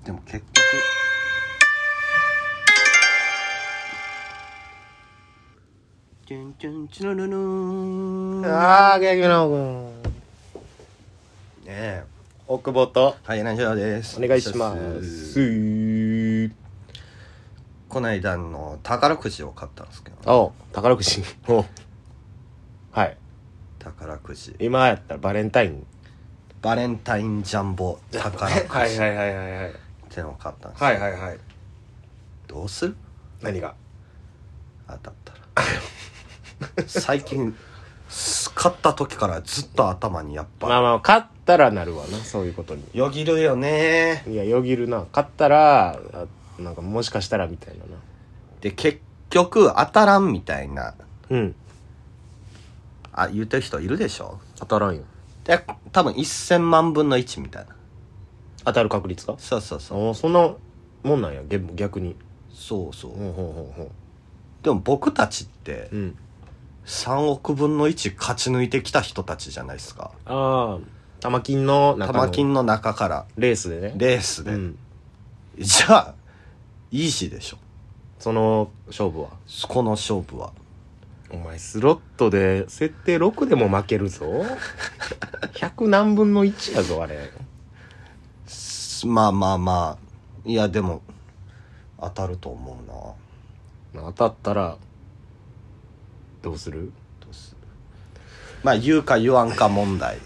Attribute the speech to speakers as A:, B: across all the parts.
A: でも結局チュンチュンチュルルルーン
B: あー元気なおくん
A: ねえ
B: 奥保と
A: はいラジオです
B: お願いします
A: こないだの宝くじを買ったんですけど、
B: お宝くじおはい
A: 宝くじ
B: 今やったらバレンタイン
A: バレンタインジャンボ宝くじ
B: はいはいはいはいはい
A: ってのを買ったんですよ、
B: はいはいはい
A: どうする
B: 何が
A: 当たったら最近買った時からずっと頭にやっぱ
B: まあまあ勝ったらなるわなそういうことに
A: よぎるよね。
B: いやよぎるな勝ったらなんかもしかしたらみたいなな
A: で結局当たらんみたいな
B: うん
A: 言ってる人いるでしょ。
B: 当たらんよ
A: で多分1000万分の1みたいな。
B: 当たる確率か
A: そうそうそう。
B: そんなもんなんや逆に
A: そうそう、
B: ほうほうほうほ
A: でも僕たちって
B: ううん
A: 3億分の1勝ち抜いてきた人たちじゃないですか。
B: ああ玉金の中の
A: 玉金の中から
B: レースでね
A: レースで、
B: うん
A: じゃあイージーでしょ
B: その勝負は
A: この勝負は。
B: お前スロットで設定6でも負けるぞ100何分の1やぞあれ
A: まあまあまあいやでも当たると思うな。
B: 当たったらどうする
A: まあ言うか言わんか問題。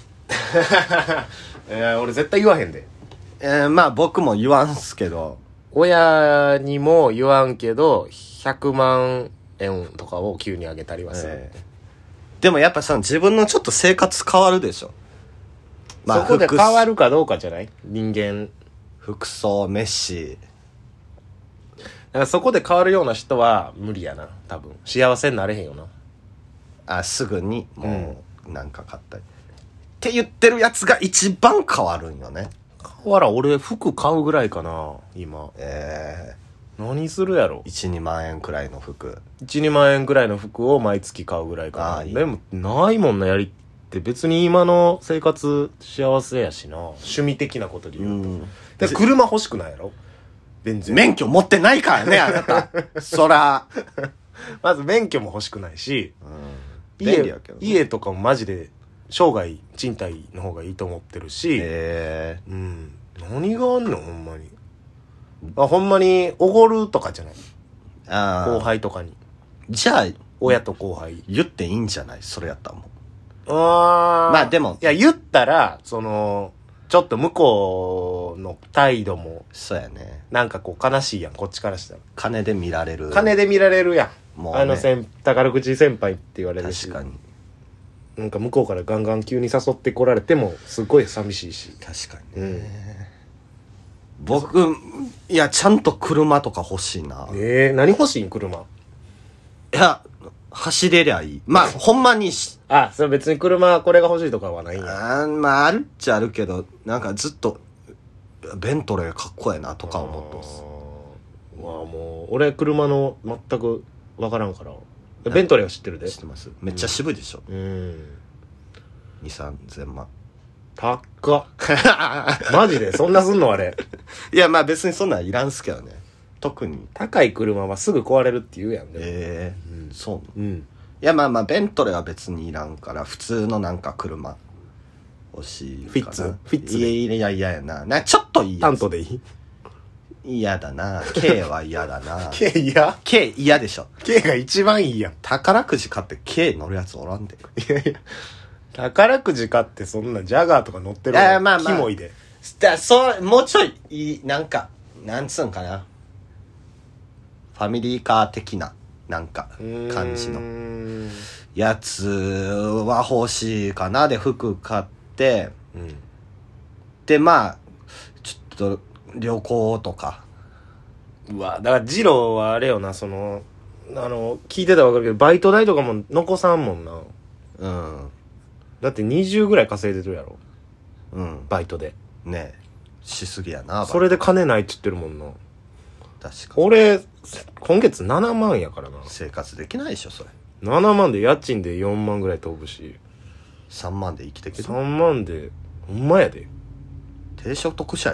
B: 俺絶対言わへんで
A: まあ僕も言わんすけど
B: 親にも言わんけど100万円とかを急にあげたりはする、
A: でもやっぱその自分のちょっと生活変わるでしょ。まあ
B: そこで変わるかどうかじゃない人間
A: 服装飯
B: だからそこで変わるような人は無理やな多分幸せになれへんよな
A: すぐにもうなんか買ったり、って言ってるやつが一番変わるんよね。
B: 変わらん俺服買うぐらいかな今何するやろ
A: 1,2 万円くらいの服
B: 1,2 万円くらいの服を毎月買うぐらいかな。
A: いい
B: でもないもんなやりって別に今の生活幸せやしな趣味的なことで言うと、で車欲しくないやろ全然
A: 免許持ってないからねあなたそら
B: まず免許も欲しくないし、
A: 便利やけど
B: 家とかもマジで生涯賃貸の方がいいと思ってるし、何があんのほんまにほんまにおごるとかじゃない後輩とかに
A: じゃあ
B: 親と後輩
A: 言っていいんじゃないそれやったらもう
B: ま
A: あでも
B: いや言ったらそのちょっと向こうの態度も
A: そうやね
B: なんかこう悲しいやんこっちからしたら
A: 金で見られる
B: 金で見られるやん
A: もうね
B: 宝くじ先輩って言われるし
A: 確かに
B: なんか向こうからガンガン急に誘ってこられてもすごい寂しいし
A: 確かにね、僕いやちゃんと車とか欲しいな。
B: 何欲しいん車
A: いや走れりゃいい。まあほんまに
B: それ別に車これが欲しいとかはないんや
A: まああるっちゃあるけどなんかずっとベントレーかっこええなとか思ってます。
B: もう俺車の全く分からんからベントレーは知ってるで
A: 知ってます。めっちゃ渋いでしょ。2,000-3,000万
B: 高っマジでそんなすんのあれ
A: いやまあ別にそんなんいらんすけどね。特に
B: 高い車はすぐ壊れるって言うやん
A: そういやまあまあベントレーは別にいらんから普通のなんか車欲しいかな。
B: フィッツで
A: いや嫌やなちょっといいやつ
B: タントでいい
A: 嫌だな K は嫌だな
B: K 嫌
A: K 嫌でしょ。
B: K が一番いいやん
A: 宝くじ買って K 乗るやつおらんで。
B: いやいや宝くじ買ってそんなジャガーとか乗ってる
A: いやまあまあ
B: キモいで
A: もうちょいなんかなんつうんかなファミリーカー的ななんか感じのやつは欲しいかな。で服買ってでまあちょっと旅行とか
B: うわだからジローはあれよなその聞いてたら分かるけどバイト代とかも残さんもんなだって20ぐらい稼いでるやろバイトで
A: ねえしすぎやな。
B: それで金ないって言ってるもんな
A: 確かに
B: 俺今月7万やからな
A: 生活できないでしょそれ。
B: 7万で家賃で4万ぐらい飛ぶし
A: 3万で生きてけど
B: 3万でほんまやで
A: 低所得者よ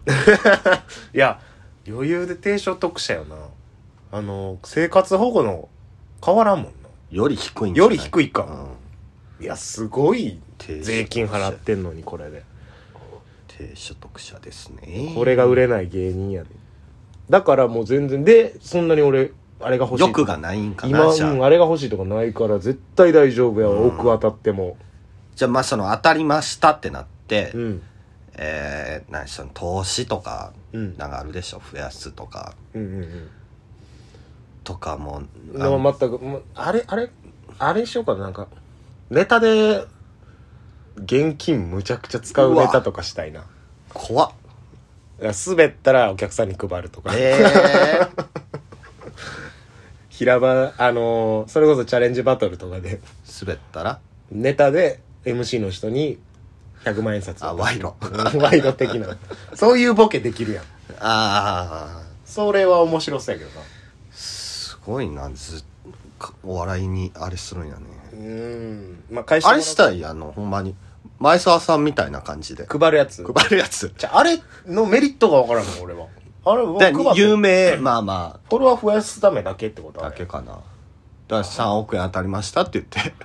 B: いや余裕で低所得者よな。生活保護の変わらんもんな。
A: より低いんじゃない？
B: より低いか、いやすごい税金払ってんのにこれで
A: 低所得者ですね。
B: これが売れない芸人やで。だからもう全然でそんなに俺あれが欲しい
A: 欲がないんかな。
B: 今、
A: じゃあ、
B: あれが欲しいとかないから絶対大丈夫やわ、奥当たっても。
A: じゃあまあその当たりましたってなって、何その投資とかなんかあるでしょ、増やすとか、とかも
B: でも全くもうあれしようかな。なんかネタで現金むちゃくちゃ使うネタとかしたいな。
A: 怖っ。
B: 滑ったらお客さんに配るとか。平場それこそチャレンジバトルとかで
A: 滑ったら
B: ネタで MC の人に100万円札
A: 賄賂
B: 賄賂的なそういうボケできるやん。それは面白そうやけどな。
A: すごいな。お笑いにあれするんやね。
B: まあ、会社
A: あれしたい。ほんまに前澤さんみたいな感じで
B: 配るやつ。じゃあれのメリットが分からんもん俺は。あれ
A: で有名まあま
B: フォロワー増やすためだけってこと
A: あだけかな。だから3億円当たりましたって言って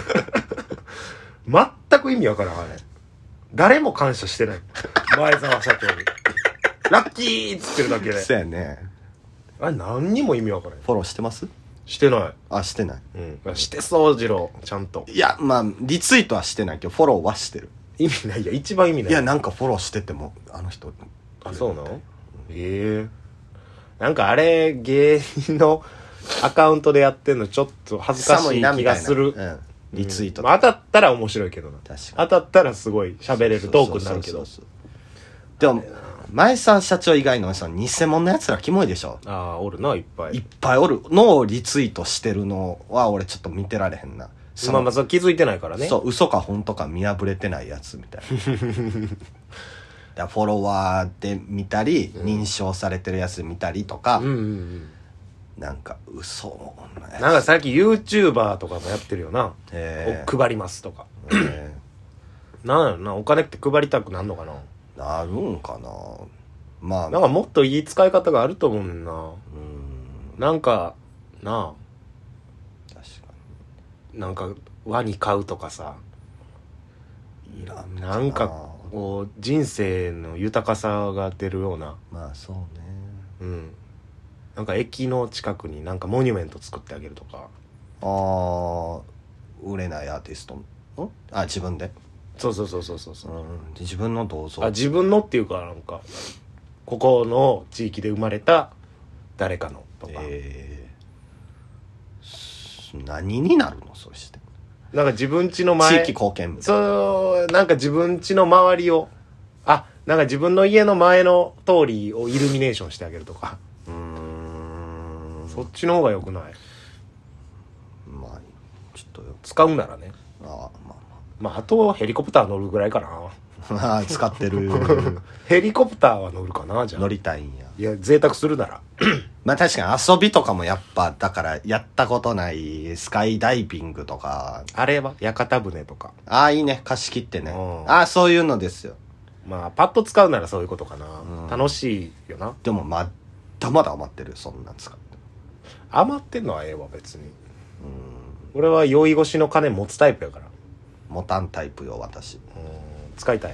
B: 全く意味わからんあれ。誰も感謝してない前澤社長にラッキーっつってるだけで。
A: そうやね。
B: あれ何にも意味わからん。
A: フォローしてます？
B: してない。
A: あ、してない。
B: してそう次郎ちゃんと。
A: いやまあリツイートはしてないけどフォローはしてる。
B: 意味ない。いや一番意味ない。
A: いやなんかフォローしててもあの人。
B: あ、そうなの？なんかあれ芸人のアカウントでやってんのちょっと恥ずかしい気がする。
A: リツイート、
B: まあ、当たったら面白いけどな。
A: 確かに
B: 当たったらすごい喋れるトークになるけど。
A: でも前澤社長以外のその偽物のやつらキモいでしょ。
B: ああおるないっぱい
A: いっぱいおるのをリツイートしてるのは俺ちょっと見てられへんな。
B: まあまあそう気づいてないからね。
A: そう嘘か本当か見破れてないやつみたいなだフォロワーで見たり、認証されてるやつ見たりとか、なんか嘘のやつ
B: なんかさっき YouTuber とかもやってるよな。配りますとかなんやろな、お金って配りたくなんのかな。
A: なるんかな。まあ
B: なんかもっといい使い方があると思うねんな。なんかなあ
A: 確か
B: なんかワニ買うとかさ、
A: にいらん
B: なんかこう人生の豊かさが出るような。
A: まあそうね。
B: なんか駅の近くになんかモニュメント作ってあげるとか。
A: 売れないアーティスト自分で。
B: そう、
A: 自分の銅像。
B: 自分のっていうかなんかここの地域で生まれた誰かのとか。
A: 何になるのそして。
B: なんか自分家の前。
A: 地域貢献。
B: そうなんか自分家の周りをなんか自分の家の前の通りをイルミネーションしてあげるとか。そっちの方が良くない？
A: まあちょっと
B: 使うならね。あとヘリコプター乗るぐらいかな。
A: 使ってる
B: ヘリコプターは乗るかな。じゃあ
A: 乗りたいんや。
B: いや贅沢するなら
A: まあ確かに遊びとかもやっぱだからやったことないスカイダイビングとか。
B: あれは屋形船とか。
A: いいね、貸し切ってね。そういうのですよ。
B: まあパッと使うならそういうことかな。楽しいよな。
A: でもまだまだ余ってる。そんなん使って
B: 余ってんのはええわ別に。俺は酔い越しの金持つタイプやから。
A: 持たんタイプよ私。
B: 使いたい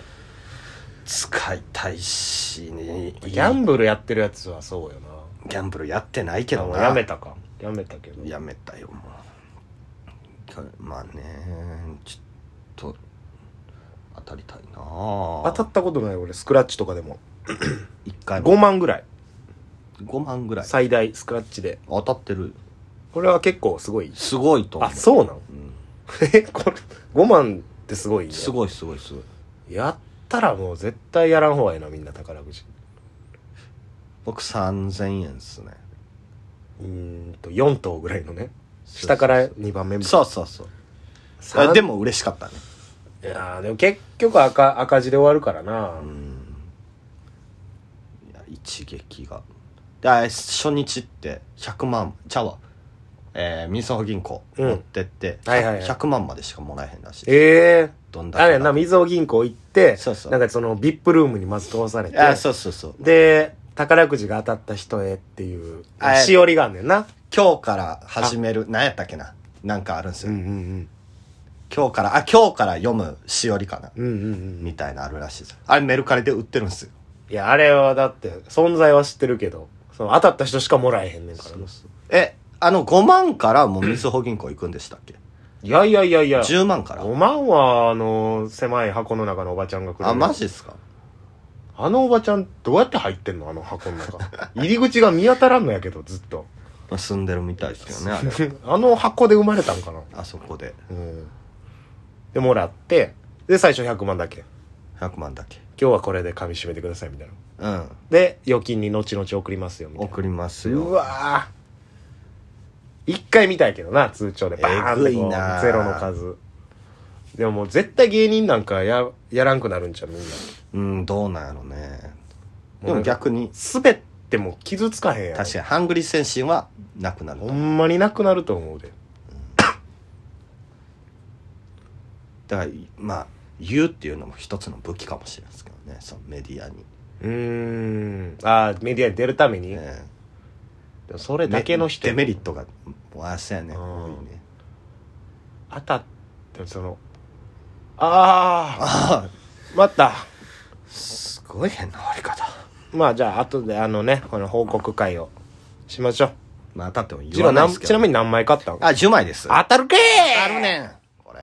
A: しね。
B: ギャンブルやってるやつはそうよな。
A: ギャンブルやってないけどな。
B: やめたけど。
A: やめたよもう。まあねちょっと当たりたいな。
B: 当たったことない俺。スクラッチとかでも
A: 1回も
B: 5万ぐらい最大スクラッチで
A: 当たってる。
B: これは結構すごいと思う。そうなの？これ5万ってすごいね。
A: すごい
B: やったらもう絶対やらん方がいいなみんな。宝くじ
A: 僕3000円っすね。
B: 4等ぐらいのね。下から2番目。
A: そうでも嬉しかったね。
B: いやでも結局赤字で終わるからな。
A: いや一撃が初日って100万ちゃうわみずほ銀行
B: うん
A: 持ってって、
B: はいはいはい
A: 100万までしかもらえへんらしい。どんだけ
B: あれやな、みずほ銀行行って、
A: そうそう
B: なんかその、VIP ルームにまず通されて、
A: あ、そうそうそう。
B: で、宝くじが当たった人へっていう、
A: あ
B: しおりがあんねんな。
A: 今日から始める、何やったっけな。なんかあるんですよ。
B: ん。
A: 今日から読むしおりかな。
B: うんうんうん。
A: みたいなあるらしいです。あれメルカリで売ってるんですよ。
B: いや、あれはだって、存在は知ってるけど、その当たった人しかもらえへんねんからな。
A: 5万からもうみずほ銀行行くんでしたっけ？
B: いや。
A: 10万から。
B: 5万は、狭い箱の中のおばちゃんが来る。
A: あ、マジっすか？
B: あのおばちゃん、どうやって入ってんのあの箱の中。入り口が見当たらんのやけど、ずっと。
A: まあ住んでるみたいですけどね、あれ。
B: あの箱で生まれたんかな。
A: あそこで。
B: うん。で、もらって、で、最初100万だけ。
A: 100万だけ。
B: 今日はこれで紙締めてください、みたいな。
A: うん。
B: で、預金に後々送りますよ、みたいな。
A: 送ります
B: う
A: よ。
B: わぁ。一回見たいけどな、通帳で。バーンってこう
A: えぐいなぁ
B: ゼロの数。でももう絶対芸人なんかやらんくなるんちゃう、みんな。
A: うん、どうなんやろね。でも逆に、
B: 滑っても傷つかへんやん。
A: 確かにハングリー精神はなくなると
B: ほ
A: 思う。
B: んまになくなると思うで。
A: だから、まあ、言うっていうのも一つの武器かもしれないですけどね、そのメディアに。
B: メディアに出るために。
A: ね
B: でもそれだけの人。
A: デメリットが、もうあれやね、
B: うん
A: 多いね。
B: 当たって、その、
A: あ
B: 待った。
A: あ、すごい変な終わり方。
B: まあじゃあ後でこの報告会をしましょう。
A: まあ、当たっても言わないですけど。
B: ちなみに何枚買ったん？
A: あ、10枚です。
B: 当たるけー！
A: あるねん。